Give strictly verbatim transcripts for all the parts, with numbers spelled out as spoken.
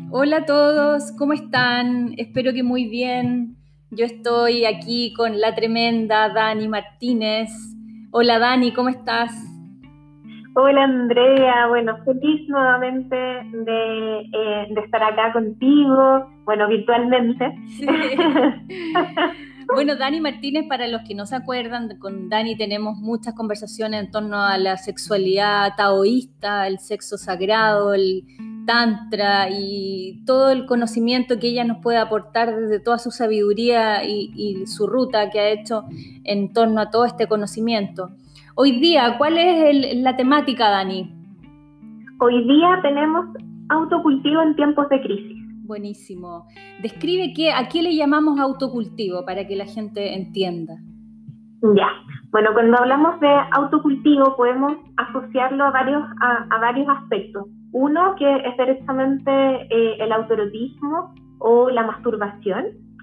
Hola a todos, ¿cómo están? Espero que muy bien. Yo estoy aquí con la tremenda Dani Martínez. Hola Dani, ¿cómo estás? Hola Andrea, bueno, feliz nuevamente de, eh, de estar acá contigo, bueno, virtualmente. Sí. Bueno, Dani Martínez, para los que no se acuerdan, con Dani tenemos muchas conversaciones en torno a la sexualidad taoísta, el sexo sagrado, el tantra y todo el conocimiento que ella nos puede aportar desde toda su sabiduría y, y su ruta que ha hecho en torno a todo este conocimiento. Hoy día, ¿cuál es el, la temática, Dani? Hoy día tenemos autocultivo en tiempos de crisis. Buenísimo. Describe qué, a qué le llamamos autocultivo para que la gente entienda. Ya, bueno, cuando hablamos de autocultivo podemos asociarlo a varios, a, a varios aspectos. Uno que es directamente eh, el autoerotismo o la masturbación.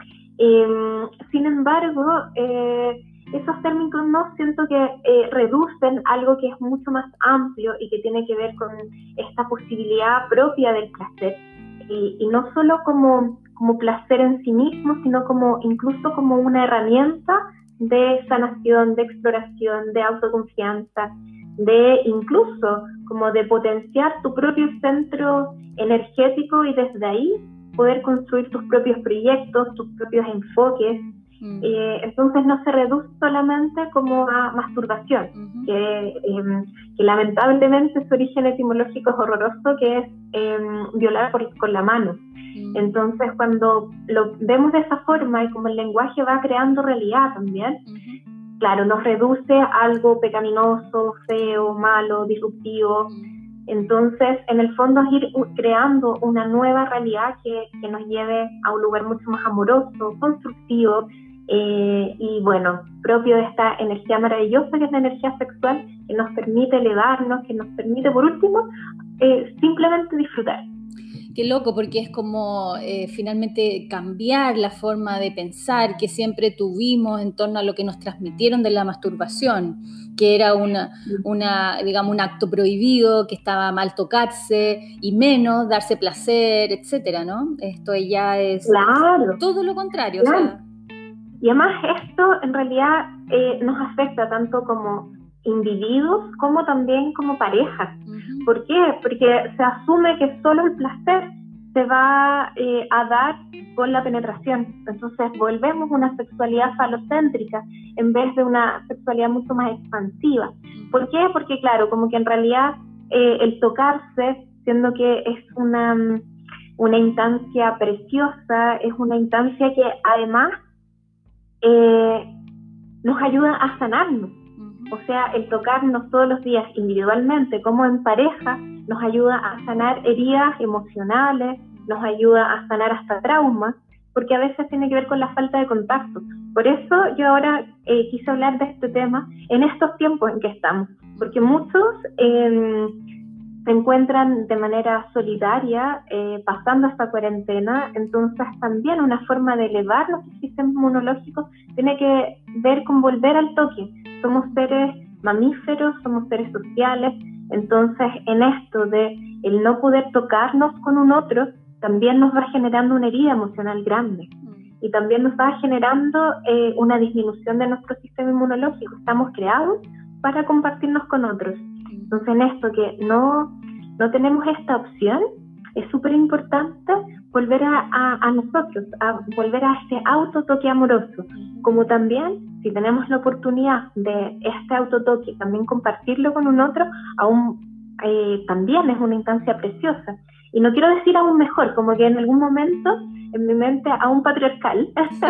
Eh, sin embargo, eh, esos términos no siento que eh, reducen algo que es mucho más amplio y que tiene que ver con esta posibilidad propia del placer. Y, y no solo como, como placer en sí mismo, sino como incluso como una herramienta de sanación, de exploración, de autoconfianza, de incluso como de potenciar tu propio centro energético y desde ahí poder construir tus propios proyectos, tus propios enfoques. Mm. Eh, entonces no se reduce solamente como a masturbación, uh-huh. que, eh, que lamentablemente su origen etimológico es horroroso, que es eh, violar por, con la mano. Uh-huh. Entonces cuando lo vemos de esa forma y como el lenguaje va creando realidad también, uh-huh. claro, nos reduce a algo pecaminoso, feo, malo, disruptivo. Uh-huh. Entonces, en el fondo es ir creando una nueva realidad que, que nos lleve a un lugar mucho más amoroso, constructivo, eh, y bueno, propio de esta energía maravillosa que es la energía sexual, que nos permite elevarnos, que nos permite, por último, eh, simplemente disfrutar. Qué loco, porque es como eh, finalmente cambiar la forma de pensar que siempre tuvimos en torno a lo que nos transmitieron de la masturbación, que era una, una, digamos, un acto prohibido, que estaba mal tocarse y menos darse placer, etcétera, ¿no? Esto ya es, claro, es todo lo contrario. Claro. O sea, y además esto en realidad eh, nos afecta tanto como individuos como también como parejas. Uh-huh. ¿Por qué? Porque se asume que solo el placer se va eh, a dar con la penetración. Entonces volvemos a una sexualidad falocéntrica en vez de una sexualidad mucho más expansiva. ¿Por qué? Porque claro, como que en realidad eh, el tocarse, siendo que es una, una instancia preciosa, es una instancia que además eh, nos ayuda a sanarnos. O sea, el tocarnos todos los días individualmente como en pareja nos ayuda a sanar heridas emocionales, nos ayuda a sanar hasta traumas, porque a veces tiene que ver con la falta de contacto. Por eso yo ahora eh, quise hablar de este tema en estos tiempos en que estamos, porque muchos eh, se encuentran de manera solitaria eh, pasando esta cuarentena, entonces también una forma de elevar los sistemas inmunológicos tiene que ver con volver al toque. Somos seres mamíferos, somos seres sociales, entonces en esto de el no poder tocarnos con un otro, también nos va generando una herida emocional grande y también nos va generando eh, una disminución de nuestro sistema inmunológico. Estamos creados para compartirnos con otros. Entonces en esto que no, no tenemos esta opción, es súper importante volver a, a, a nosotros, a volver a ese autotoque amoroso, como también si tenemos la oportunidad de este autotoque también compartirlo con un otro, aún eh, también es una instancia preciosa. Y no quiero decir aún mejor, como que en algún momento en mi mente aún patriarcal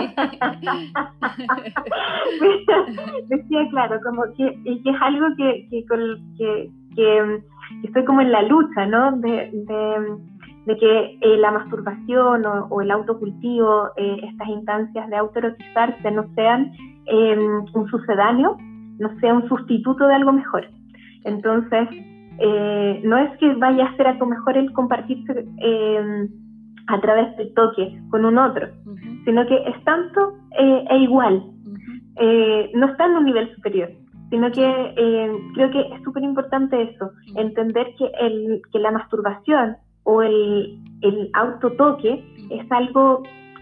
decía, claro, como que, y que es algo que, que, que, que, que estoy como en la lucha, ¿no? De, de, de que eh, la masturbación o, o el autocultivo, eh, estas instancias de autoerotizarse no sean eh, un sucedáneo, no sea un sustituto de algo mejor. Entonces, eh, no es que vaya a ser algo mejor el compartirse eh, a través del toque con un otro, uh-huh. sino que es tanto eh, e igual, uh-huh. eh, no está en un nivel superior, sino que eh, creo que es súper importante eso, uh-huh. entender que, el, que la masturbación o el, el autotoque es algo,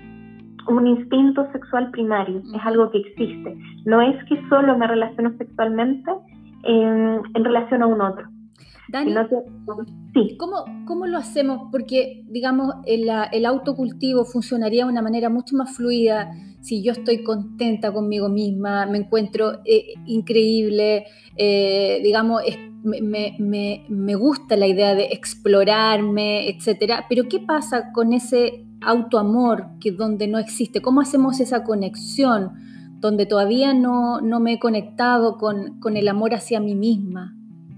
un instinto sexual primario, es algo que existe. No es que solo me relaciono sexualmente en, en relación a un otro. Dani, sino que, sí. ¿cómo, ¿cómo lo hacemos? Porque, digamos, el, el autocultivo funcionaría de una manera mucho más fluida si yo estoy contenta conmigo misma, me encuentro eh, increíble, eh, digamos, es, me, me, me gusta la idea de explorarme, etcétera. Pero ¿qué pasa con ese autoamor que donde no existe? ¿Cómo hacemos esa conexión donde todavía no, no me he conectado con, con el amor hacia mí misma?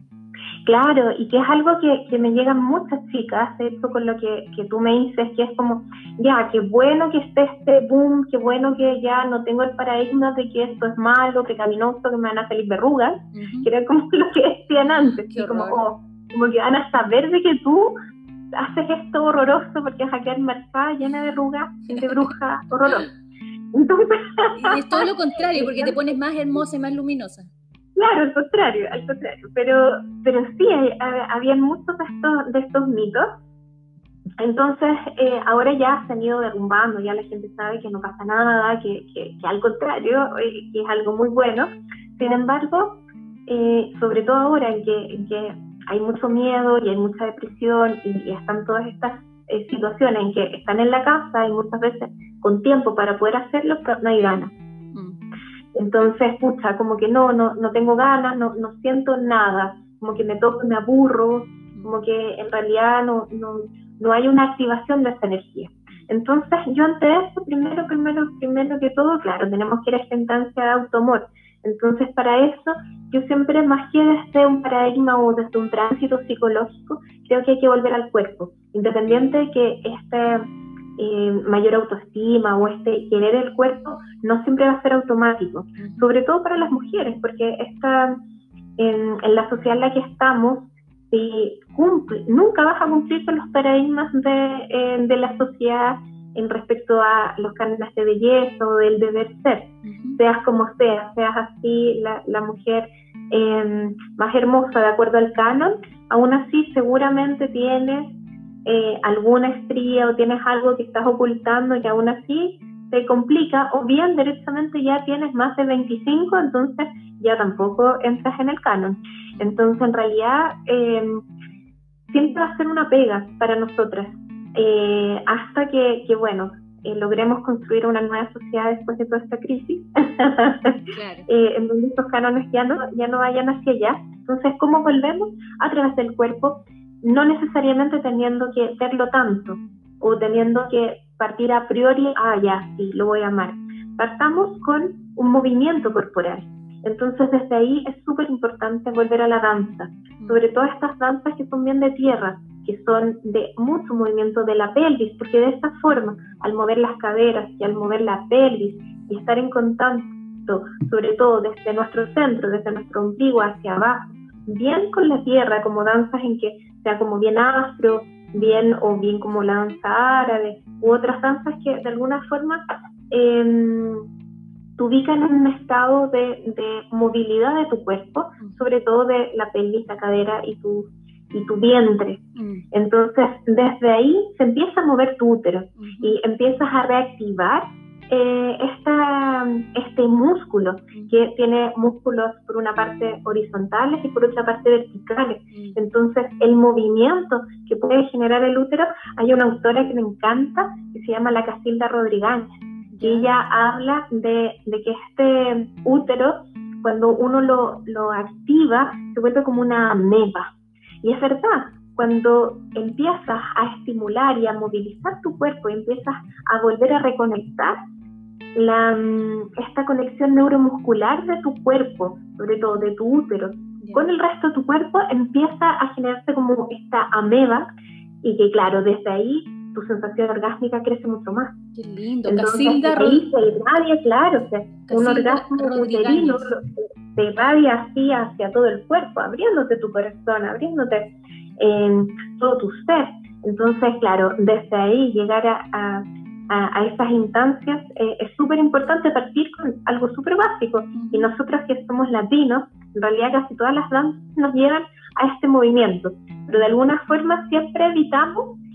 Claro, y que es algo que, que me llegan muchas chicas, de hecho, con lo que, que tú me dices, que es como, ya, qué bueno que esté este boom, qué bueno que ya no tengo el paradigma de que esto es malo, pecaminoso, que me van a salir verrugas, uh-huh. que era como lo que decían antes, y como, oh, como que van a saber de que tú haces esto horroroso porque vas a quedar marcada, llena de verrugas, de bruja, horrorosa. Entonces, y es todo lo contrario, porque te pones más hermosa y más luminosa. Claro, al contrario, al contrario. Pero, pero sí, había muchos de estos, de estos mitos. Entonces, eh, ahora ya se han ido derrumbando, ya la gente sabe que no pasa nada, que, que, que al contrario, eh, que es algo muy bueno. Sin embargo, eh, sobre todo ahora en que, en que hay mucho miedo y hay mucha depresión y, y están todas estas eh, situaciones en que están en la casa y muchas veces con tiempo para poder hacerlo, pero no hay ganas. Entonces, pucha, como que no, no, no tengo ganas, no, no siento nada, como que me toco, me aburro, como que en realidad no, no, no hay una activación de esa energía. Entonces, yo ante eso, primero, primero, primero que todo, claro, tenemos que ir a esta instancia de autoamor. Entonces, para eso, yo siempre, más que desde un paradigma o desde un tránsito psicológico, creo que hay que volver al cuerpo, independiente de que este... Eh, mayor autoestima o este querer el cuerpo no siempre va a ser automático, sobre todo para las mujeres, porque esta, en, en la sociedad en la que estamos, si cumple, nunca vas a cumplir con los paradigmas de, eh, de la sociedad en respecto a los cánones de belleza o del deber ser, uh-huh. seas como seas, seas así la, la mujer eh, más hermosa de acuerdo al canon, aún así seguramente tienes Eh, alguna estría o tienes algo que estás ocultando y aún así te complica, o bien directamente ya tienes más de veinticinco, entonces ya tampoco entras en el canon. Entonces en realidad eh, siempre va a ser una pega para nosotras eh, hasta que, que bueno, eh, logremos construir una nueva sociedad después de toda esta crisis claro. eh, en donde estos cánones ya no, ya no vayan hacia allá. Entonces, ¿cómo volvemos? A través del cuerpo, no necesariamente teniendo que verlo tanto o teniendo que partir a priori, ah, ya, sí, lo voy a amar. Partamos con un movimiento corporal. Entonces, desde ahí es súper importante volver a la danza, sobre todo estas danzas que son bien de tierra, que son de mucho movimiento de la pelvis, porque de esta forma, al mover las caderas y al mover la pelvis y estar en contacto, sobre todo desde nuestro centro, desde nuestro ombligo hacia abajo, bien con la tierra, como danzas en que sea como bien afro, bien o bien como la danza árabe, u otras danzas que de alguna forma eh, te ubican en un estado de, de movilidad de tu cuerpo, sobre todo de la pelvis, la cadera y tu, y tu vientre. Mm. Entonces, desde ahí se empieza a mover tu útero mm-hmm. y empiezas a reactivar Eh, esta, este músculo que tiene músculos por una parte horizontales y por otra parte verticales. Entonces el movimiento que puede generar el útero, hay una autora que me encanta que se llama la Casilda Rodríguez, que ella habla de, de que este útero, cuando uno lo, lo activa, se vuelve como una ameba. Y es verdad, cuando empiezas a estimular y a movilizar tu cuerpo y empiezas a volver a reconectar la, esta conexión neuromuscular de tu cuerpo, sobre todo de tu útero, yeah. con el resto de tu cuerpo, empieza a generarse como esta ameba y que claro, desde ahí tu sensación orgásmica crece mucho más. Qué lindo. Entonces, Casilda ahí se irradia, claro, o sea, un orgasmo uterino se irradia así hacia todo el cuerpo, abriéndote tu corazón, abriéndote eh, todo tu ser. Entonces, claro, desde ahí llegar a, a, a esas instancias eh, es súper importante partir con algo súper básico. Y nosotros que somos latinos, en realidad casi todas las danzas nos llevan a este movimiento, pero de alguna forma siempre evitamos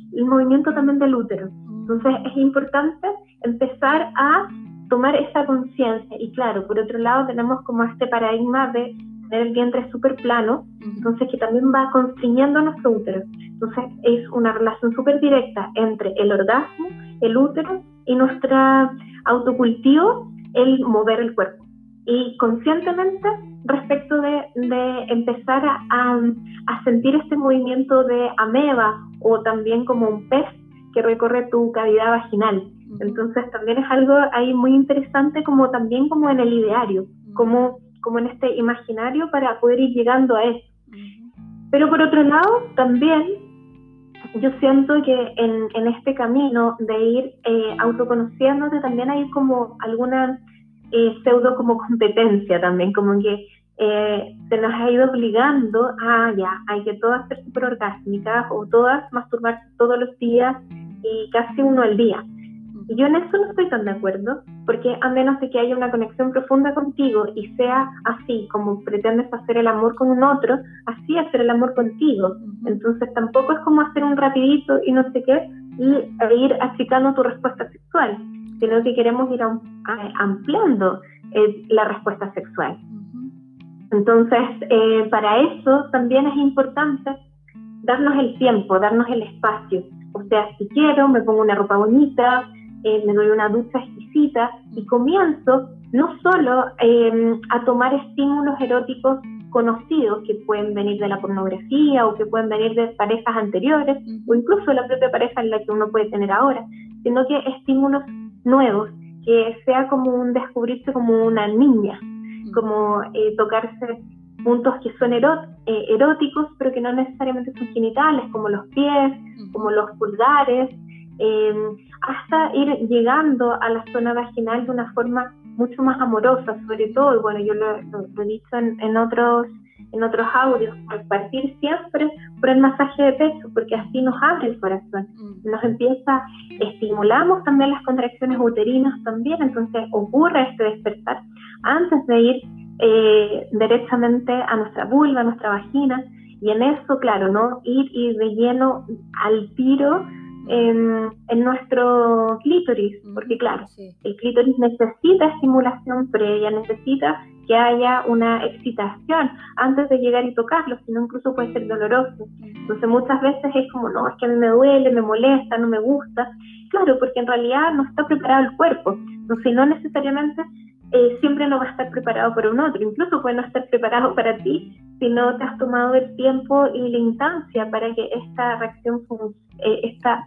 el movimiento también del útero. Entonces es importante empezar a tomar esa conciencia. Y claro, por otro lado tenemos como este paradigma de tener el vientre súper plano, entonces que también va constriñendo nuestro útero. Entonces es una relación súper directa entre el orgasmo, el útero y nuestro autocultivo, el mover el cuerpo. Y conscientemente respecto de, de empezar a, a, a sentir este movimiento de ameba o también como un pez que recorre tu cavidad vaginal. Entonces también es algo ahí muy interesante, como también como en el ideario, como, como en este imaginario para poder ir llegando a eso. Pero por otro lado también yo siento que en, en este camino de ir eh, autoconociéndote también hay como alguna eh, pseudo como competencia también, como que eh, se nos ha ido obligando a ya, hay que todas ser súper orgásmicas o todas masturbarse todos los días y casi uno al día. Y yo en eso no estoy tan de acuerdo, porque a menos de que haya una conexión profunda contigo y sea así como pretendes hacer el amor con un otro, así hacer el amor contigo. Entonces tampoco es como hacer un rapidito y no sé qué, y e ir achicando tu respuesta sexual, sino que queremos ir a, a, ampliando eh, la respuesta sexual. Entonces, eh, para eso también es importante darnos el tiempo, darnos el espacio. O sea, si quiero, me pongo una ropa bonita, eh, me doy una ducha exquisita y comienzo no solo eh, a tomar estímulos eróticos conocidos que pueden venir de la pornografía o que pueden venir de parejas anteriores o incluso la propia pareja en la que uno puede tener ahora, sino que estímulos nuevos, que sea como un descubrirse como una niña, como eh, tocarse puntos que son erot, eh, eróticos, pero que no necesariamente son genitales, como los pies, como los pulgares, eh, hasta ir llegando a la zona vaginal de una forma mucho más amorosa, sobre todo, y bueno, yo lo, lo, lo he dicho en, en, otros, en otros audios, al partir siempre por el masaje de pecho, porque así nos abre el corazón, nos empieza, estimulamos también las contracciones uterinas también, entonces ocurre este despertar antes de ir eh, derechamente a nuestra vulva, a nuestra vagina, y en eso, claro, ¿no? Ir, ir de lleno al tiro en, en nuestro clítoris, porque claro, sí. El clítoris necesita estimulación previa, necesita que haya una excitación antes de llegar y tocarlo, sino incluso puede ser doloroso. Entonces muchas veces es como, no, es que a mí me duele, me molesta, no me gusta. Claro, porque en realidad no está preparado el cuerpo, entonces no necesariamente eh, siempre no va a estar preparado para un otro, incluso puede no estar preparado para ti si no te has tomado el tiempo y la instancia para que esta reacción, eh, esta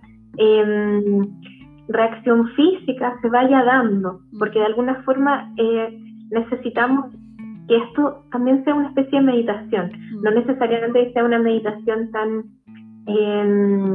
eh, reacción física se vaya dando, porque de alguna forma eh, necesitamos que esto también sea una especie de meditación, no necesariamente sea una meditación tan eh,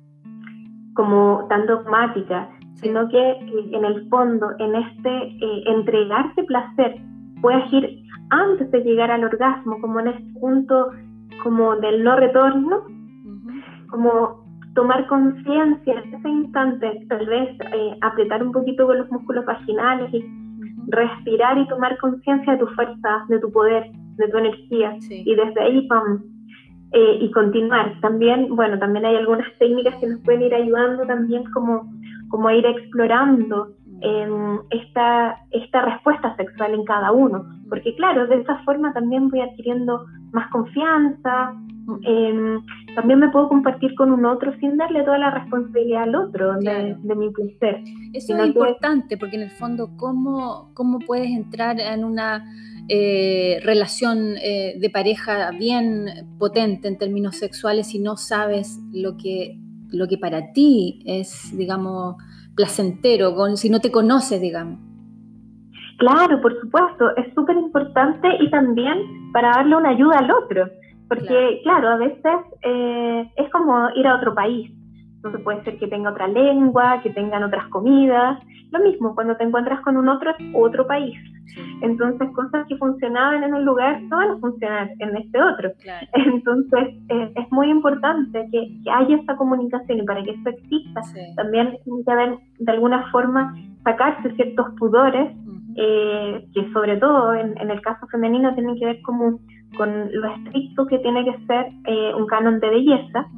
como tan dogmática, sino que eh, en el fondo, en este eh, entregarte placer, puedas ir antes de llegar al orgasmo, como en este punto como del no retorno, uh-huh. como tomar conciencia en ese instante, tal vez eh, apretar un poquito con los músculos vaginales y uh-huh. respirar y tomar conciencia de tu fuerza, de tu poder, de tu energía, sí. Y desde ahí pam, eh, y continuar. También, bueno, también hay algunas técnicas que nos pueden ir ayudando también como, como a ir explorando eh, esta, esta respuesta sexual en cada uno, porque claro, de esa forma también voy adquiriendo más confianza, eh, también me puedo compartir con un otro sin darle toda la responsabilidad al otro, claro. de, de mi placer. Eso es importante, porque en el fondo, ¿cómo, cómo puedes entrar en una eh, relación eh, de pareja bien potente en términos sexuales si no sabes lo que, lo que para ti es, digamos, placentero, con, si no te conoces, digamos? Claro, por supuesto, es súper importante y también para darle una ayuda al otro. Porque, claro, claro a veces eh, es como ir a otro país. Entonces puede ser que tenga otra lengua, que tengan otras comidas. Lo mismo, cuando te encuentras con un otro, es otro país. Sí. Entonces, cosas que funcionaban en un lugar no van a funcionar en este otro. Claro. Entonces, eh, es muy importante que, que haya esta comunicación, y para que esto exista, sí. también tiene que haber, de alguna forma, sacarse ciertos pudores, uh-huh. eh, que sobre todo en, en el caso femenino tienen que ver como con lo estricto que tiene que ser eh, un canon de belleza,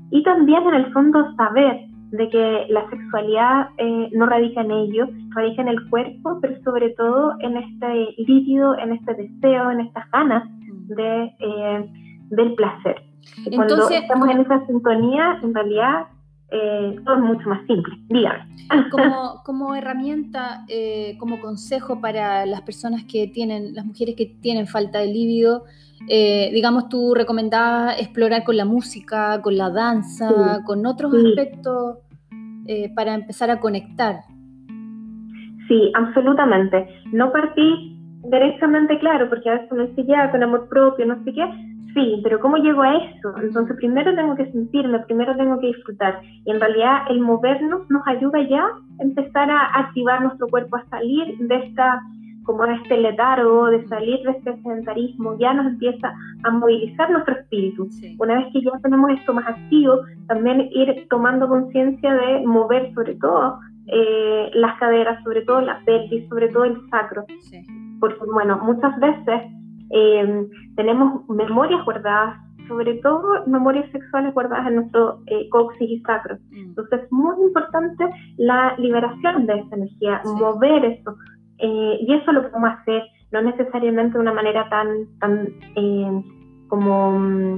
y también en el fondo saber de que la sexualidad eh, no radica en ello, radica en el cuerpo, pero sobre todo en este líbido, en este deseo, en estas ganas de, eh, del placer. Y cuando Entonces, estamos en esa sintonía, en realidad eh, todo es mucho más simple. Dígame. Como, como herramienta, eh, como consejo para las personas que tienen, las mujeres que tienen falta de líbido, eh, digamos, tú recomendabas explorar con la música, con la danza, sí, con otros sí. aspectos eh, para empezar a conectar. Sí, absolutamente. No partí directamente, claro, porque a veces uno dice ya, con amor propio, no sé qué. Sí, pero ¿cómo llego a eso? Entonces primero tengo que sentirme, primero tengo que disfrutar. Y en realidad el movernos nos ayuda ya a empezar a activar nuestro cuerpo, a salir de esta, como de este letargo, de salir de este sedentarismo. Ya nos empieza a movilizar nuestro espíritu. Sí. Una vez que ya tenemos esto más activo, también ir tomando conciencia de mover sobre todo eh, las caderas, sobre todo la pelvis, sobre todo el sacro. Sí. Porque bueno, muchas veces Eh, tenemos memorias guardadas, sobre todo memorias sexuales guardadas en nuestro eh, coxis y sacro. Entonces es muy importante la liberación de esa energía, sí. mover eso. Eh, y eso lo podemos hacer no necesariamente de una manera tan, tan eh, como um,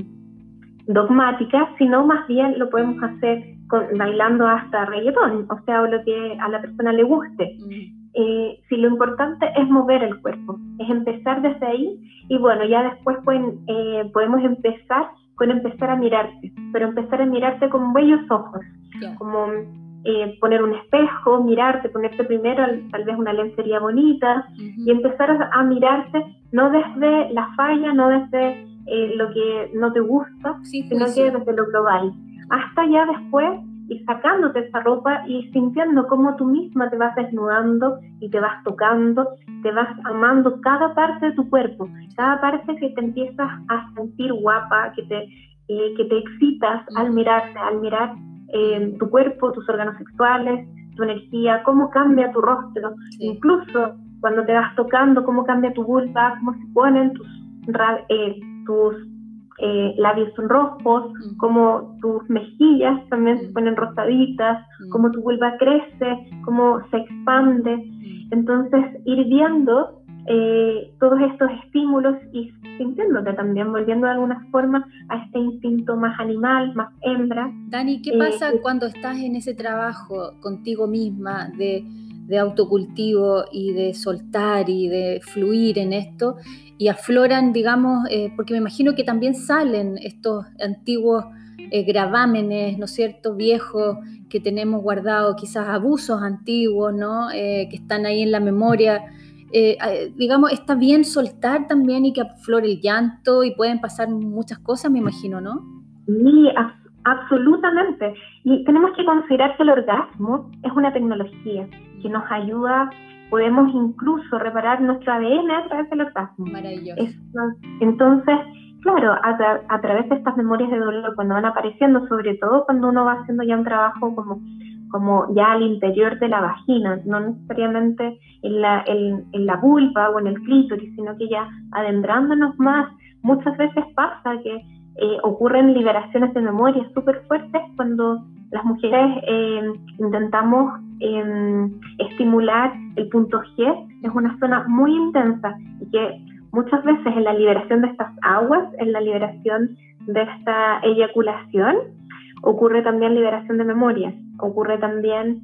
dogmática, sino más bien lo podemos hacer con, bailando hasta reggaetón, o sea, o lo que a la persona le guste. Mm. Eh, si lo importante es mover el cuerpo, es empezar desde ahí y bueno, ya después pueden, eh, podemos empezar con empezar a mirarte, pero empezar a mirarte con bellos ojos, yeah. como eh, poner un espejo, mirarte, ponerte primero tal vez una lencería bonita uh-huh. y empezar a, a mirarte no desde la falla, no desde eh, lo que no te gusta, sí, sino pues, que sí. desde lo global, hasta ya después y sacándote esa ropa y sintiendo cómo tú misma te vas desnudando y te vas tocando, te vas amando cada parte de tu cuerpo, cada parte que te empiezas a sentir guapa, que te, eh, que te excitas al mirarte, al mirar eh, tu cuerpo, tus órganos sexuales, tu energía, cómo cambia tu rostro, sí. incluso cuando te vas tocando, cómo cambia tu vulva, cómo se ponen tus, eh, tus Eh, labios son rojos, mm. como tus mejillas también mm. se ponen rosaditas, mm. como tu vulva crece, cómo se expande. Mm. Entonces, ir viendo eh, todos estos estímulos y sintiéndote también, volviendo de alguna forma a este instinto más animal, más hembra. Dani, ¿qué pasa eh, cuando estás en ese trabajo contigo misma de, de autocultivo y de soltar y de fluir en esto? Y afloran, digamos, eh, porque me imagino que también salen estos antiguos eh, gravámenes, ¿no es cierto?, viejos que tenemos guardados, quizás abusos antiguos, ¿no?, eh, que están ahí en la memoria. Eh, eh, digamos, está bien soltar también y que aflore el llanto y pueden pasar muchas cosas, me imagino, ¿no? Sí, a- absolutamente. Y tenemos que considerar que el orgasmo es una tecnología que nos ayuda. Podemos incluso reparar nuestro A D N a través del orgasmo. Maravilloso. Eso, entonces, claro, a, tra- a través de estas memorias de dolor, cuando van apareciendo, sobre todo cuando uno va haciendo ya un trabajo como, como ya al interior de la vagina, no necesariamente en la, en, en la vulva o en el clítoris, sino que ya adentrándonos más, muchas veces pasa que eh, ocurren liberaciones de memoria súper fuertes cuando las mujeres eh, intentamos eh, estimular el punto G. Es una zona muy intensa y que muchas veces en la liberación de estas aguas, en la liberación de esta eyaculación, ocurre también liberación de memorias, ocurre también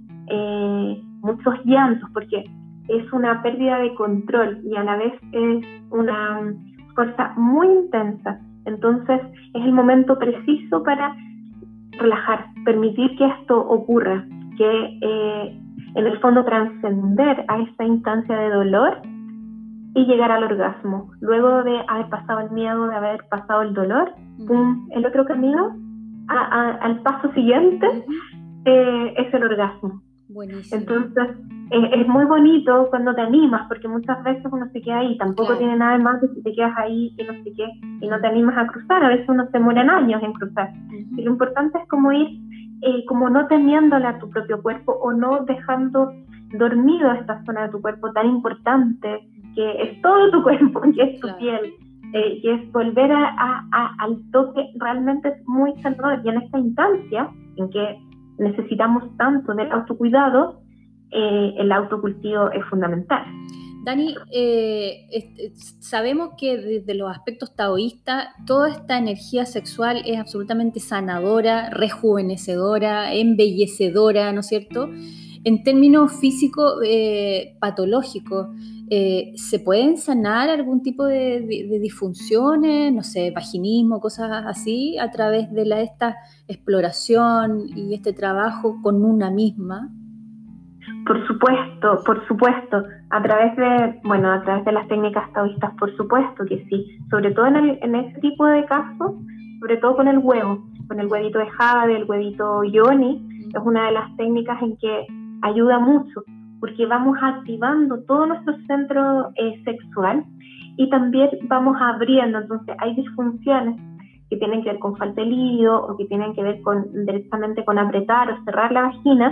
eh, muchos llantos, porque es una pérdida de control y a la vez es una fuerza muy intensa. Entonces es el momento preciso para relajar, permitir que esto ocurra, que eh, en el fondo trascender a esta instancia de dolor y llegar al orgasmo. Luego de haber pasado el miedo, de haber pasado el dolor, pum, el otro camino a, a, al paso siguiente eh, es el orgasmo. Buenísimo. Entonces eh, es muy bonito cuando te animas, porque muchas veces uno se queda ahí, tampoco claro. tiene nada de más que si te quedas ahí y no sé qué, y no te animas a cruzar. A veces uno se muere en años en cruzar. Uh-huh. Y lo importante es como ir, eh, como no temiéndole a tu propio cuerpo o no dejando dormido esta zona de tu cuerpo tan importante, que es todo tu cuerpo, que es tu claro. piel. eh, y es volver a, a, a, al toque realmente muy sanador. Y en esta instancia en que necesitamos tanto del autocuidado, eh, el autocultivo es fundamental. Dani, eh, este, sabemos que desde los aspectos taoístas toda esta energía sexual es absolutamente sanadora, rejuvenecedora, embellecedora, ¿no es cierto? En términos físicos, eh, patológicos, eh, ¿se pueden sanar algún tipo de, de, de disfunciones, no sé, vaginismo, cosas así, a través de la, esta exploración y este trabajo con una misma? Por supuesto, por supuesto, a través de, bueno, a través de las técnicas taoístas, por supuesto que sí, sobre todo en, el, en ese tipo de casos, sobre todo con el huevo, con el huevito de jade, el huevito yoni, es una de las técnicas en que ayuda mucho, porque vamos activando todo nuestro centro eh, sexual y también vamos abriendo, entonces hay disfunciones que tienen que ver con falta de líquido o que tienen que ver con directamente con apretar o cerrar la vagina,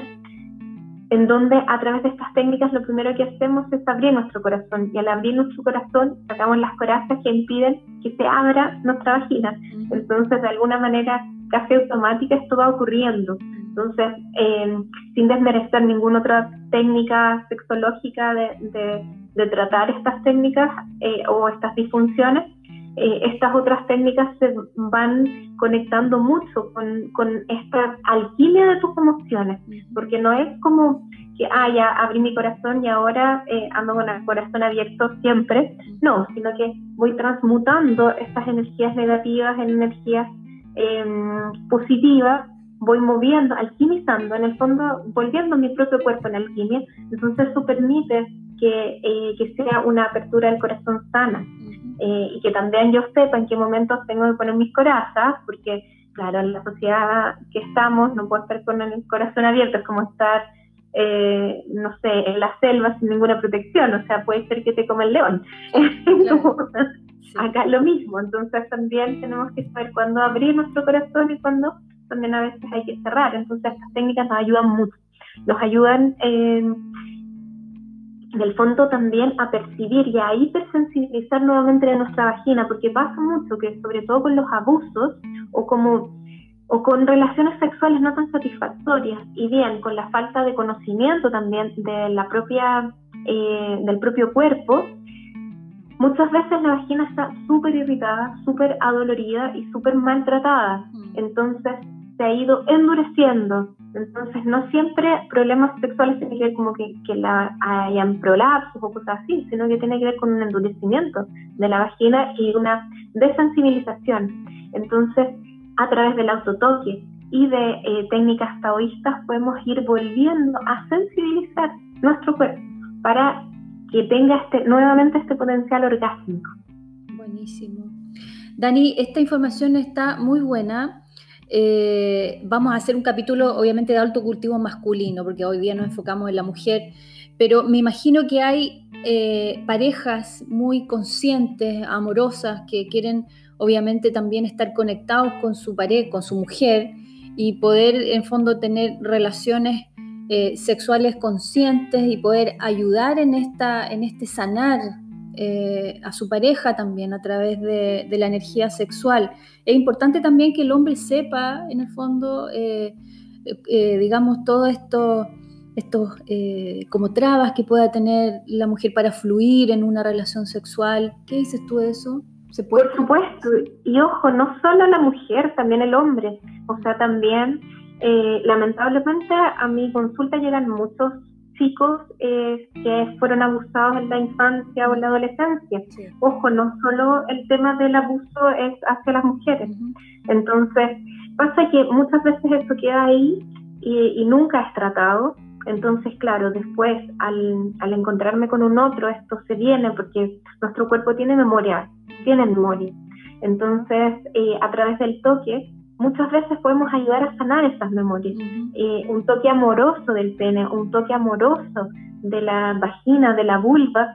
en donde a través de estas técnicas lo primero que hacemos es abrir nuestro corazón, y al abrir nuestro corazón sacamos las corazas que impiden que se abra nuestra vagina. Entonces, de alguna manera casi automática esto va ocurriendo. Entonces, eh, sin desmerecer ninguna otra técnica sexológica de, de, de tratar estas técnicas eh, o estas disfunciones, eh, estas otras técnicas se van conectando mucho con, con esta alquimia de tus emociones, porque no es como que, ah, ya abrí mi corazón y ahora eh, ando con el corazón abierto siempre, no, sino que voy transmutando estas energías negativas en energías eh, positivas, voy moviendo, alquimizando, en el fondo volviendo mi propio cuerpo en alquimia. Entonces eso permite que, eh, que sea una apertura del corazón sana. Eh, y que también yo sepa en qué momentos tengo que poner mis corazas, porque claro, en la sociedad que estamos no puedo estar con el corazón abierto, es como estar, eh, no sé, en la selva sin ninguna protección, o sea, puede ser que te coma el león. Claro. Sí. Acá lo mismo, entonces también tenemos que saber cuándo abrir nuestro corazón y cuándo también a veces hay que cerrar. Entonces estas técnicas nos ayudan mucho, nos ayudan eh, en el fondo también a percibir y a hipersensibilizar nuevamente de nuestra vagina, porque pasa mucho que sobre todo con los abusos o como o con relaciones sexuales no tan satisfactorias, y bien con la falta de conocimiento también de la propia eh, del propio cuerpo, muchas veces la vagina está súper irritada, súper adolorida y súper maltratada. Entonces se ha ido endureciendo. Entonces no siempre problemas sexuales tienen que ver como que, que la, hayan prolapsos o cosas así, sino que tiene que ver con un endurecimiento de la vagina y una desensibilización. Entonces, a través del autotoque y de eh, técnicas taoístas podemos ir volviendo a sensibilizar nuestro cuerpo para que tenga este, nuevamente este potencial orgásmico. Buenísimo. Dani, esta información está muy buena. Eh, vamos a hacer un capítulo obviamente de autocultivo masculino, porque hoy día nos enfocamos en la mujer, pero me imagino que hay eh, parejas muy conscientes, amorosas, que quieren obviamente también estar conectados con su pareja, con su mujer, y poder en fondo tener relaciones eh, sexuales conscientes y poder ayudar en, esta, en este sanar Eh, a su pareja también a través de, de la energía sexual. Es importante también que el hombre sepa, en el fondo, eh, eh, digamos, todo esto, estos eh, como trabas que pueda tener la mujer para fluir en una relación sexual. ¿Qué dices tú de eso? ¿Se puede? Por supuesto, y ojo, no solo la mujer, también el hombre. O sea, también, eh, lamentablemente, a mi consulta llegan muchos chicos eh, que fueron abusados en la infancia o en la adolescencia. Sí. Ojo, no solo el tema del abuso es hacia las mujeres. Uh-huh. Entonces, pasa que muchas veces esto queda ahí y, y nunca es tratado. Entonces, claro, después al, al encontrarme con un otro, esto se viene porque nuestro cuerpo tiene memoria, tiene memoria. Entonces, eh, a través del toque, muchas veces podemos ayudar a sanar esas memorias. Uh-huh. Eh, un toque amoroso del pene, un toque amoroso de la vagina, de la vulva,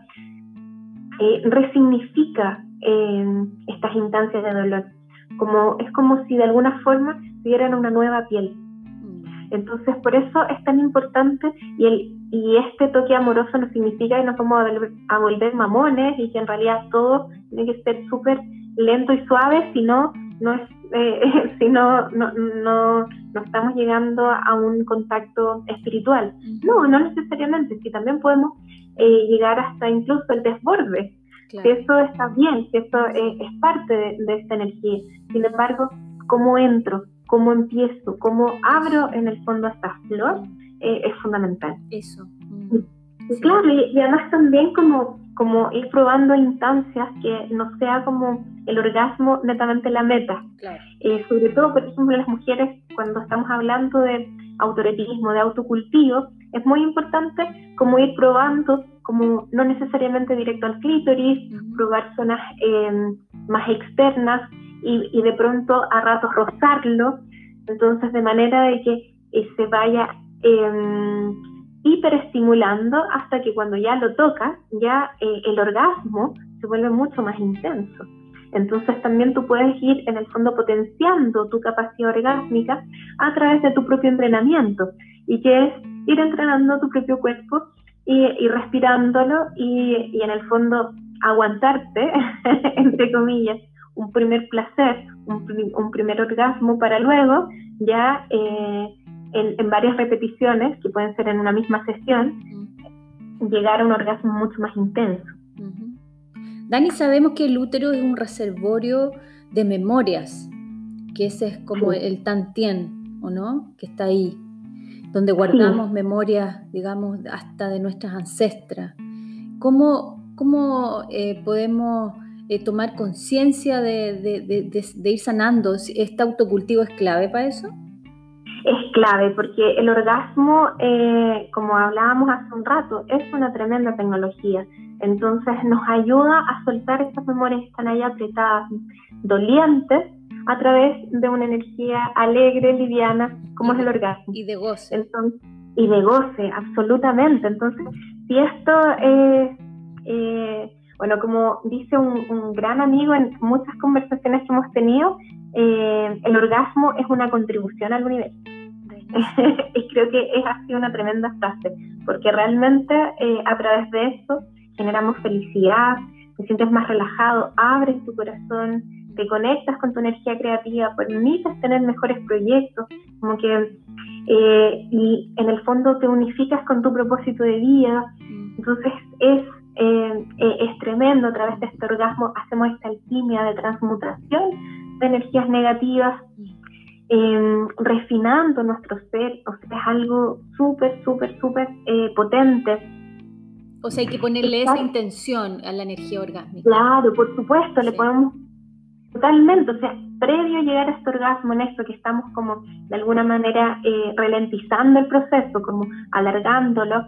eh, resignifica eh, estas instancias de dolor. Como, es como si de alguna forma tuvieran una nueva piel. Uh-huh. Entonces, por eso es tan importante, y, el, y este toque amoroso no significa que nos vamos a volver, a volver mamones y que en realidad todo tiene que ser súper lento y suave, sino no es, eh, si no, no, no, no estamos llegando a un contacto espiritual. No, no necesariamente, si también podemos eh, llegar hasta incluso el desborde. Claro. Si eso está bien, si eso eh, es parte de, de esta energía. Sin embargo, cómo entro, cómo empiezo, cómo abro en el fondo esta flor, eh, es fundamental. Eso. Mm. Y, sí. Claro, y, y además también como, como ir probando instancias que no sea como el orgasmo netamente la meta. Claro. Eh, sobre todo, por ejemplo, las mujeres, cuando estamos hablando de autoerotismo, de autocultivo, es muy importante como ir probando, como no necesariamente directo al clítoris, uh-huh. probar zonas eh, más externas y, y de pronto a ratos rozarlo, entonces de manera de que eh, se vaya eh, hiperestimulando hasta que cuando ya lo toca, ya eh, el orgasmo se vuelve mucho más intenso. Entonces también tú puedes ir en el fondo potenciando tu capacidad orgásmica a través de tu propio entrenamiento, y que es ir entrenando tu propio cuerpo y, y respirándolo y, y en el fondo aguantarte, entre comillas, un primer placer, un, un primer orgasmo para luego ya eh, en, en varias repeticiones, que pueden ser en una misma sesión, uh-huh. llegar a un orgasmo mucho más intenso. Uh-huh. Dani, sabemos que el útero es un reservorio de memorias, que ese es como sí. el tantien, ¿o no? Que está ahí, donde guardamos sí. memorias, digamos, hasta de nuestras ancestras. ¿Cómo, cómo eh, podemos eh, tomar conciencia de, de, de, de, de ir sanando? ¿Este autocultivo es clave para eso? Es clave, porque el orgasmo, eh, como hablábamos hace un rato, es una tremenda tecnología. Entonces nos ayuda a soltar esas memorias que están ahí apretadas, dolientes, a través de una energía alegre, liviana, como y es el orgasmo. Y de goce. Entonces, y de goce, absolutamente. Entonces, si esto es, eh, bueno, como dice un, un gran amigo en muchas conversaciones que hemos tenido, eh, el orgasmo es una contribución al universo. Y creo que es así una tremenda frase, porque realmente eh, a través de eso generamos felicidad, te sientes más relajado, abres tu corazón, te conectas con tu energía creativa, permites tener mejores proyectos, como que eh, y en el fondo te unificas con tu propósito de vida. Entonces es, eh, eh, es tremendo. A través de este orgasmo hacemos esta alquimia de transmutación de energías negativas, eh, refinando nuestro ser. O sea, es algo súper, súper, súper eh, potente. O sea, hay que ponerle Exacto. esa intención a la energía orgásmica. Claro, por supuesto, sí. le podemos totalmente, o sea, previo a llegar a este orgasmo, en esto que estamos como de alguna manera eh, ralentizando el proceso, como alargándolo,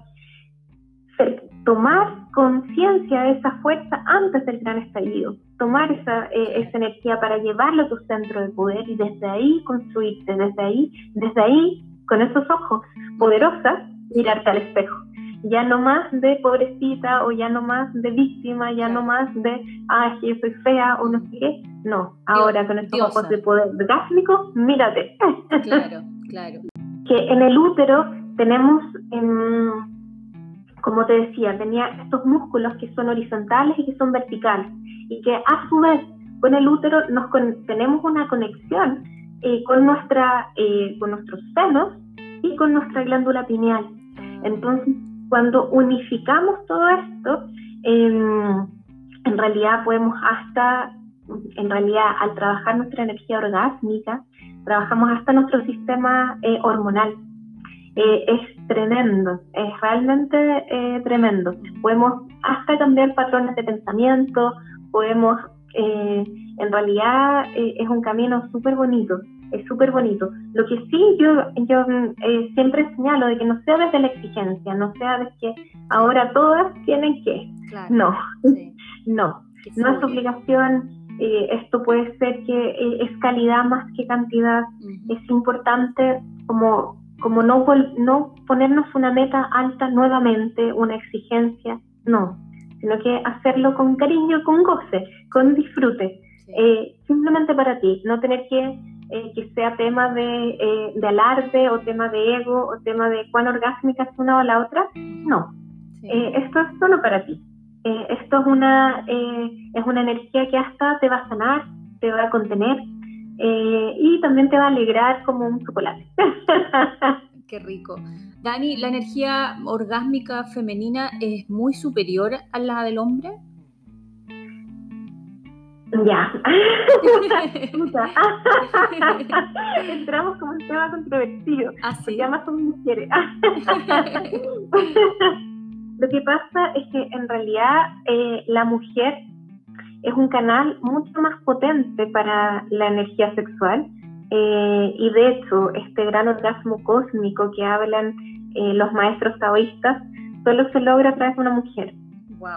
tomar conciencia de esa fuerza antes del gran estallido, tomar esa, eh, esa energía para llevarlo a tu centro de poder y desde ahí construirte, desde ahí, desde ahí, con esos ojos poderosas, mirarte al espejo. Ya no más de pobrecita o ya no más de víctima, ya no más de, ah, es que yo soy fea o no sé qué. No, ahora Dios, con estos diosa. ojos de poder orgásmico, mírate. Claro, claro. Que en el útero tenemos, eh, como te decía, tenía estos músculos que son horizontales y que son verticales. Y que a su vez, con el útero nos con, tenemos una conexión eh, con, nuestra, eh, con nuestros senos y con nuestra glándula pineal. Entonces, cuando unificamos todo esto, eh, en realidad podemos hasta, en realidad al trabajar nuestra energía orgásmica, trabajamos hasta nuestro sistema eh, hormonal. Eh, es tremendo, es realmente eh, tremendo. Podemos hasta cambiar patrones de pensamiento, podemos, eh, en realidad eh, es un camino súper bonito. Es súper bonito. Lo que sí yo, yo eh, siempre señalo de que no sea desde la exigencia, no sea de que ahora todas tienen que. Claro, no, sí. no, que no es obligación. Eh, esto puede ser que eh, es calidad más que cantidad. Uh-huh. Es importante como, como no, no ponernos una meta alta nuevamente, una exigencia, no, sino que hacerlo con cariño, con goce, con disfrute. Sí. Eh, simplemente para ti, no tener que eh, que sea tema de, eh, de alarde o tema de ego o tema de cuán orgásmica es una o la otra. No, sí. eh, esto es solo para ti. Eh, esto es una, eh, es una energía que hasta te va a sanar, te va a contener eh, y también te va a alegrar como un chocolate. Qué rico. Dani, ¿la energía orgásmica femenina es muy superior a la del hombre? Ya. Entramos como un tema controvertido. ¿Ah, sí? Porque además son mujeres. Lo que pasa es que en realidad eh, la mujer es un canal mucho más potente para la energía sexual eh, y de hecho este gran orgasmo cósmico que hablan eh, los maestros taoístas solo se logra a través de una mujer. Wow.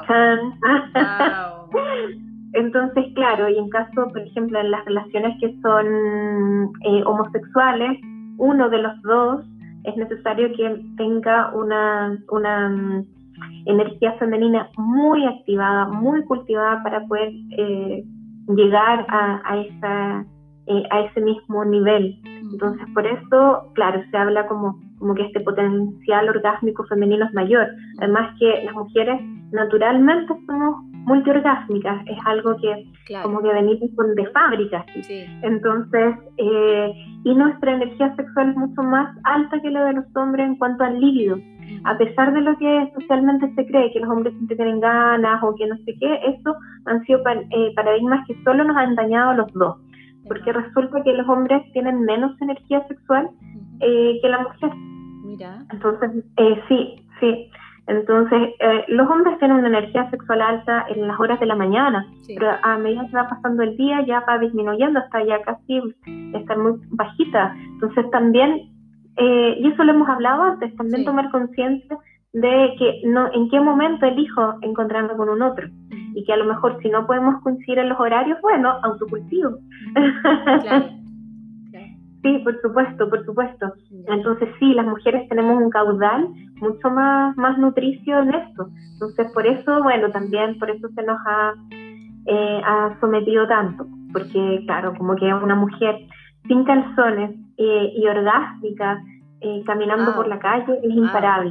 Wow. Entonces, claro, y en caso, por ejemplo, en las relaciones que son eh, homosexuales, uno de los dos es necesario que tenga una, una um, energía femenina muy activada, muy cultivada para poder eh, llegar a, a, esa, eh, a ese mismo nivel. Entonces, por eso, claro, se habla como, como que este potencial orgásmico femenino es mayor. Además que las mujeres naturalmente somos multiorgásmicas, es algo que claro. como que venimos de fábrica. ¿Sí? Sí. Entonces, eh, y nuestra energía sexual es mucho más alta que la de los hombres en cuanto al líbido. A pesar de lo que socialmente se cree, que los hombres siempre tienen ganas o que no sé qué, eso han sido eh, paradigmas que solo nos han dañado a los dos. Porque resulta que los hombres tienen menos energía sexual eh, que la mujer. Mira. Entonces, eh, sí, sí. Entonces, eh, los hombres tienen una energía sexual alta en las horas de la mañana, sí. Pero a medida que va pasando el día ya va disminuyendo hasta ya casi estar muy bajita. Entonces también, eh, y eso lo hemos hablado antes, también sí. Tomar conciencia de que no, en qué momento elijo encontrarme con un otro. Y que a lo mejor si no podemos coincidir en los horarios, bueno, autocultivo. Claro. Sí, por supuesto, por supuesto. Entonces sí, las mujeres tenemos un caudal mucho más, más nutricio en esto. Entonces por eso, bueno, también por eso se nos ha, eh, ha sometido tanto. Porque claro, como que una mujer sin calzones eh, y orgásmica eh, caminando ah. por la calle es imparable.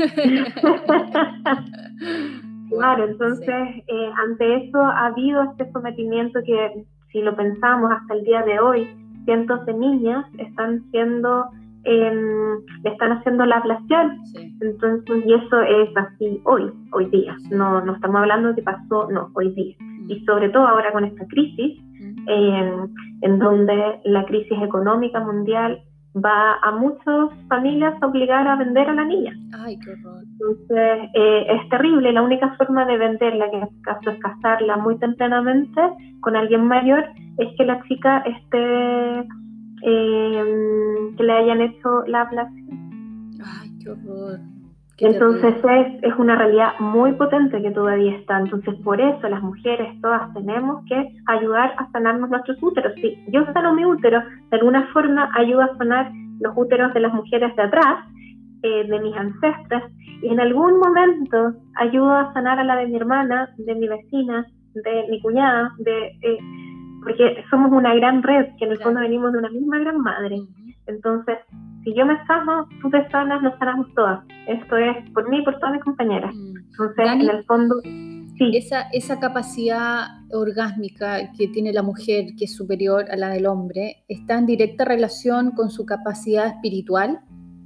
Ah. Claro, entonces sí. eh, ante eso ha habido este sometimiento que, si lo pensamos hasta el día de hoy, cientos de niñas están siendo, eh, le están haciendo la ablación. Sí. Entonces, y eso es así hoy, hoy día. No, no estamos hablando de que pasó, no, hoy día. Mm. Y sobre todo ahora con esta crisis, mm. eh, en donde la crisis económica mundial va a muchas familias a obligar a vender a la niña. Ay, qué horror. Entonces, eh, es terrible. La única forma de venderla, que en este caso es casarla muy tempranamente con alguien mayor, es que la chica esté, eh, que le hayan hecho la ablación. Ay, qué horror. Qué Entonces es, es una realidad muy potente que todavía está. Entonces por eso las mujeres todas tenemos que ayudar a sanarnos nuestros úteros. Si yo sano mi útero, de alguna forma ayuda a sanar los úteros de las mujeres de atrás, eh, de mis ancestras, y en algún momento ayuda a sanar a la de mi hermana, de mi vecina, de mi cuñada, de eh, porque somos una gran red, que en el fondo venimos de una misma gran madre. Entonces, si yo me sano, tú te sanas, nos sanamos todas. Esto es por mí y por todas mis compañeras. Entonces, Dani, en el fondo, sí. Esa, esa capacidad orgásmica que tiene la mujer, que es superior a la del hombre, ¿está en directa relación con su capacidad espiritual?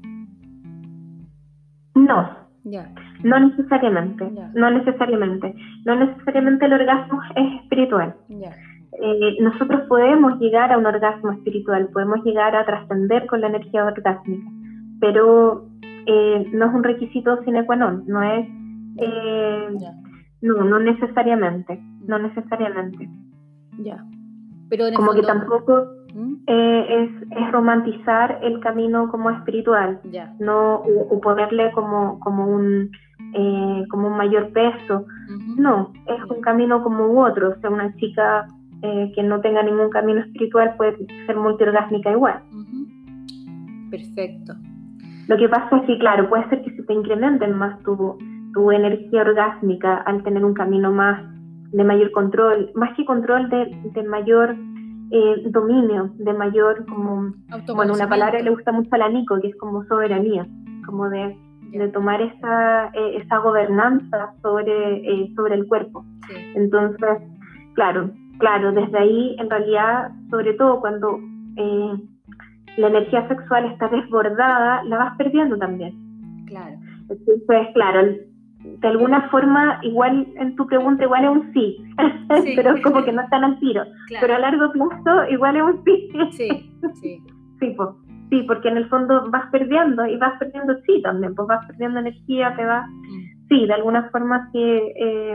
No. Ya. No necesariamente. Ya. No necesariamente. No necesariamente el orgasmo es espiritual. Ya. Eh, nosotros podemos llegar a un orgasmo espiritual, podemos llegar a trascender con la energía orgásmica, pero eh, no es un requisito sine qua non, no es, eh, yeah. no, no necesariamente, no necesariamente. Ya. Yeah. Pero en el como fondo... que tampoco ¿Mm? eh, es, es romantizar el camino como espiritual, yeah. no o, o ponerle como como un eh, como un mayor peso. Uh-huh. No, es yeah. un camino como u otro. O sea, una chica Eh, que no tenga ningún camino espiritual puede ser multiorgásmica igual. Uh-huh. Perfecto. Lo que pasa es que, claro, puede ser que se te incrementen más tu, tu energía orgásmica al tener un camino más de mayor control, más que control de, de mayor eh, dominio, de mayor, como, bueno, una palabra que le gusta mucho a la Nico, que es como soberanía, como de, de tomar esa, eh, esa gobernanza sobre, eh, sobre el cuerpo. Sí. Entonces, claro, claro, desde ahí, en realidad, sobre todo cuando eh, la energía sexual está desbordada, la vas perdiendo también. Claro. Entonces, claro, de alguna forma, igual en tu pregunta, igual es un sí, sí. Pero es como que no están al tiro. Claro. Pero a largo plazo, igual es un sí. Sí, sí. Sí, pues, sí, porque en el fondo vas perdiendo, y vas perdiendo sí también, pues vas perdiendo energía, te vas... Mm. Sí, de alguna forma que eh,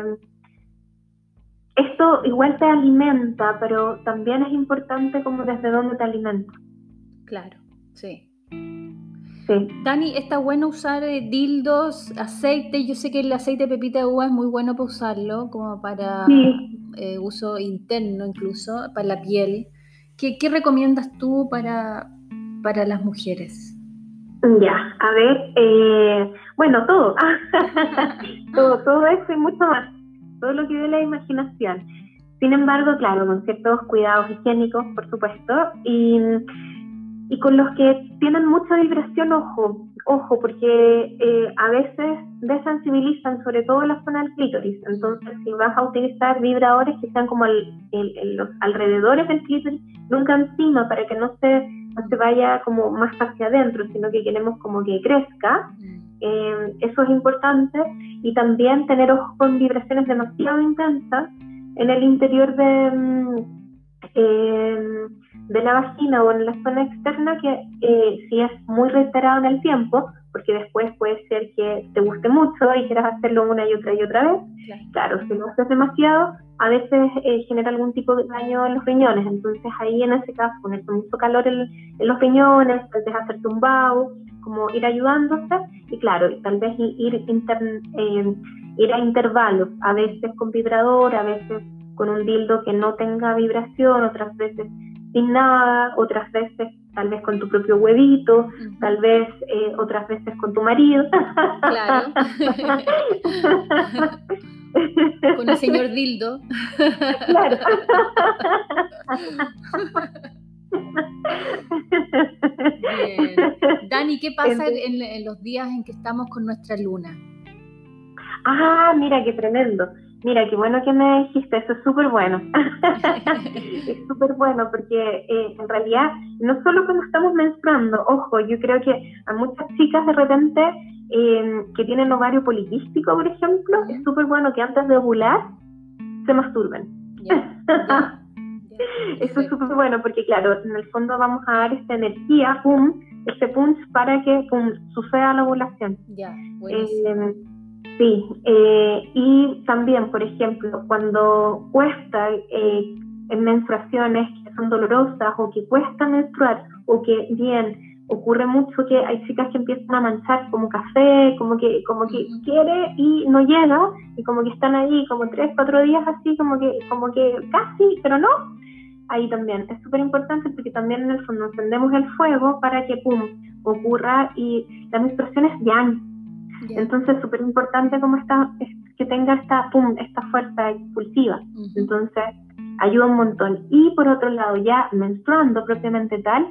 esto igual te alimenta, pero también es importante como desde dónde te alimenta. Claro, sí. Sí. Dani, está bueno usar eh, dildos, aceite. Yo sé que el aceite de pepita de uva es muy bueno para usarlo, como para sí. eh, uso interno incluso, para la piel. ¿Qué, qué recomiendas tú para, para las mujeres? Ya, a ver, eh, bueno, todo. todo, todo eso y mucho más. Todo lo que dé la imaginación. Sin embargo, claro, con ciertos cuidados higiénicos, por supuesto, y... Y con los que tienen mucha vibración, ojo, ojo, porque eh, a veces desensibilizan, sobre todo en la zona del clítoris. Entonces, si vas a utilizar vibradores que sean como el, el, el, los alrededores del clítoris, nunca encima, para que no se, no se vaya como más hacia adentro, sino que queremos como que crezca. Eh, eso es importante. Y también tener ojos con vibraciones demasiado intensas en el interior de... Eh, de la vagina o en la zona externa, que eh, si es muy reiterado en el tiempo, porque después puede ser que te guste mucho y quieras hacerlo una y otra y otra vez, claro, si lo haces demasiado, a veces eh, genera algún tipo de daño en los riñones. Entonces ahí en ese caso, ponerse mucho calor en, en los riñones, tal vez hacerte un vaho, como ir ayudándose, y claro, tal vez ir, inter, eh, ir a intervalos, a veces con vibrador, a veces con un dildo que no tenga vibración, otras veces sin nada, otras veces tal vez con tu propio huevito, uh-huh. tal vez eh, otras veces con tu marido. Claro. Con el señor dildo. Claro. Bien. Dani, ¿qué pasa en, en los días en que estamos con nuestra luna? Ah, mira, qué tremendo. Mira, qué bueno que me dijiste, eso es súper bueno. Es súper bueno porque eh, en realidad, no solo cuando estamos menstruando, ojo, yo creo que a muchas chicas de repente eh, que tienen ovario poliquístico, por ejemplo, uh-huh. es súper bueno que antes de ovular se masturben. Yeah, yeah, yeah. Eso es súper bueno porque, claro, en el fondo vamos a dar esta energía, pum, este punch para que pum, suceda la ovulación. Ya, yeah, buenísimo. Eh, Sí, eh, y también, por ejemplo, cuando cuesta eh, en menstruaciones que son dolorosas o que cuesta menstruar o que bien ocurre mucho que hay chicas que empiezan a manchar como café, como que como que uh-huh. quiere y no llega y como que están ahí como tres, cuatro días así como que como que casi, pero no. Ahí también es súper importante porque también en el fondo encendemos el fuego para que pum ocurra y la menstruación es de años. Yeah. Entonces, súper importante como está, es que tenga esta, pum, esta fuerza expulsiva. Uh-huh. Entonces, ayuda un montón. Y por otro lado, ya menstruando propiamente tal,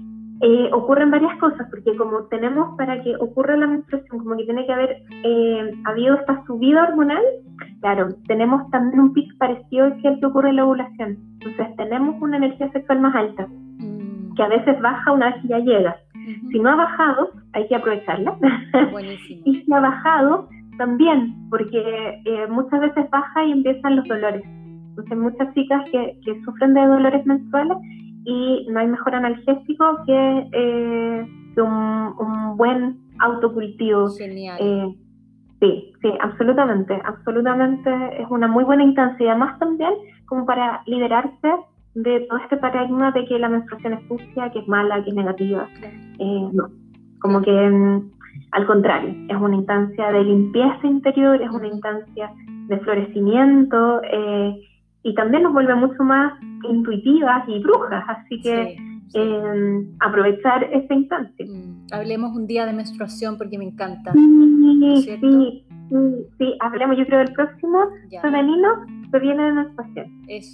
eh, ocurren varias cosas, porque como tenemos para que ocurra la menstruación, como que tiene que haber eh, habido esta subida hormonal, claro, tenemos también un pic parecido que el que ocurre en la ovulación. Entonces, tenemos una energía sexual más alta, mm. que a veces baja una vez que ya llega. Uh-huh. Si no ha bajado, hay que aprovecharla. Buenísimo. Y si ha bajado, también, porque eh, muchas veces baja y empiezan los dolores. Entonces, muchas chicas que, que sufren de dolores menstruales y no hay mejor analgésico que, eh, que un, un buen autocultivo. Genial. Eh, sí, sí, absolutamente. Absolutamente es una muy buena instancia. Y además también como para liberarse de todo este paradigma de que la menstruación es sucia, que es mala, que es negativa. Eh, no, como que mm, al contrario, es una instancia de limpieza interior, es una instancia de florecimiento eh, y también nos vuelve mucho más intuitivas y brujas, así que sí, sí. Eh, aprovechar esa instancia. Mm, hablemos un día de menstruación porque me encanta. Sí, sí, sí, sí, hablemos, yo creo, del próximo ya. Femenino se viene de menstruación. Eso.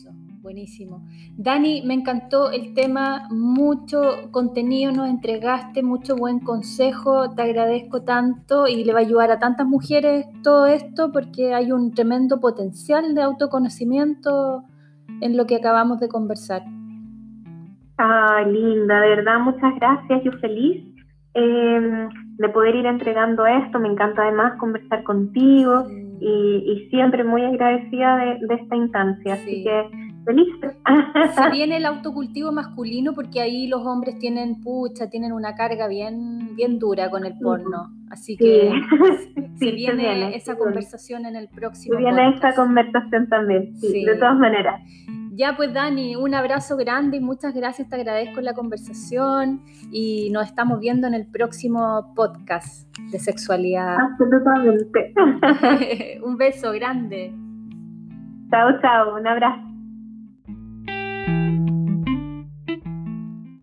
Buenísimo. Dani, me encantó el tema, mucho contenido nos entregaste, mucho buen consejo, te agradezco tanto y le va a ayudar a tantas mujeres todo esto porque hay un tremendo potencial de autoconocimiento en lo que acabamos de conversar. Ah, linda, de verdad, muchas gracias, yo feliz eh, de poder ir entregando esto, me encanta además conversar contigo sí. y, y siempre muy agradecida de, de esta instancia, sí. Así que feliz. Se viene el autocultivo masculino porque ahí los hombres tienen, pucha, tienen una carga bien, bien dura con el porno. Así que sí. se, sí, viene se viene esa conversación viene. en el próximo Se viene podcast. esta conversación también, sí, sí, de todas maneras. Ya pues Dani, un abrazo grande y muchas gracias, te agradezco la conversación y nos estamos viendo en el próximo podcast de sexualidad. Absolutamente. Un beso grande. Chao, chao, un abrazo.